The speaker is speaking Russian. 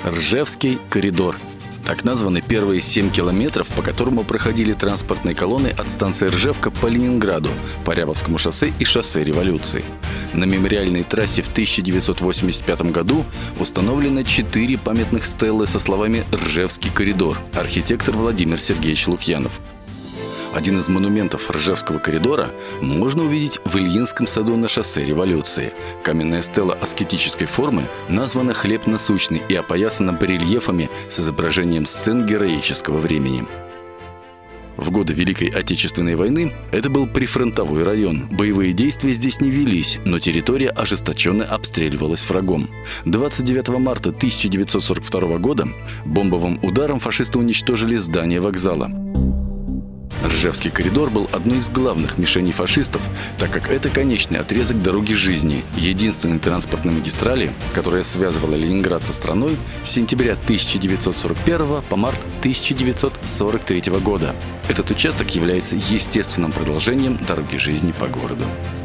Ржевский коридор. Так названы первые 7 километров, по которому проходили транспортные колонны от станции Ржевка по Ленинграду, по Рябовскому шоссе и шоссе Революции. На мемориальной трассе в 1985 году установлено 4 памятных стелы со словами «Ржевский коридор», архитектор Владимир Сергеевич Лукьянов. Один из монументов Ржевского коридора можно увидеть в Ильинском саду на шоссе Революции. Каменная стела аскетической формы названа «Хлеб насущный» и опоясана барельефами с изображением сцен героического времени. В годы Великой Отечественной войны это был прифронтовой район. Боевые действия здесь не велись, но территория ожесточенно обстреливалась врагом. 29 марта 1942 года бомбовым ударом фашисты уничтожили здание вокзала. Ржевский коридор был одной из главных мишеней фашистов, так как это конечный отрезок дороги жизни, единственной транспортной магистрали, которая связывала Ленинград со страной с сентября 1941 по март 1943 года. Этот участок является естественным продолжением дороги жизни по городу.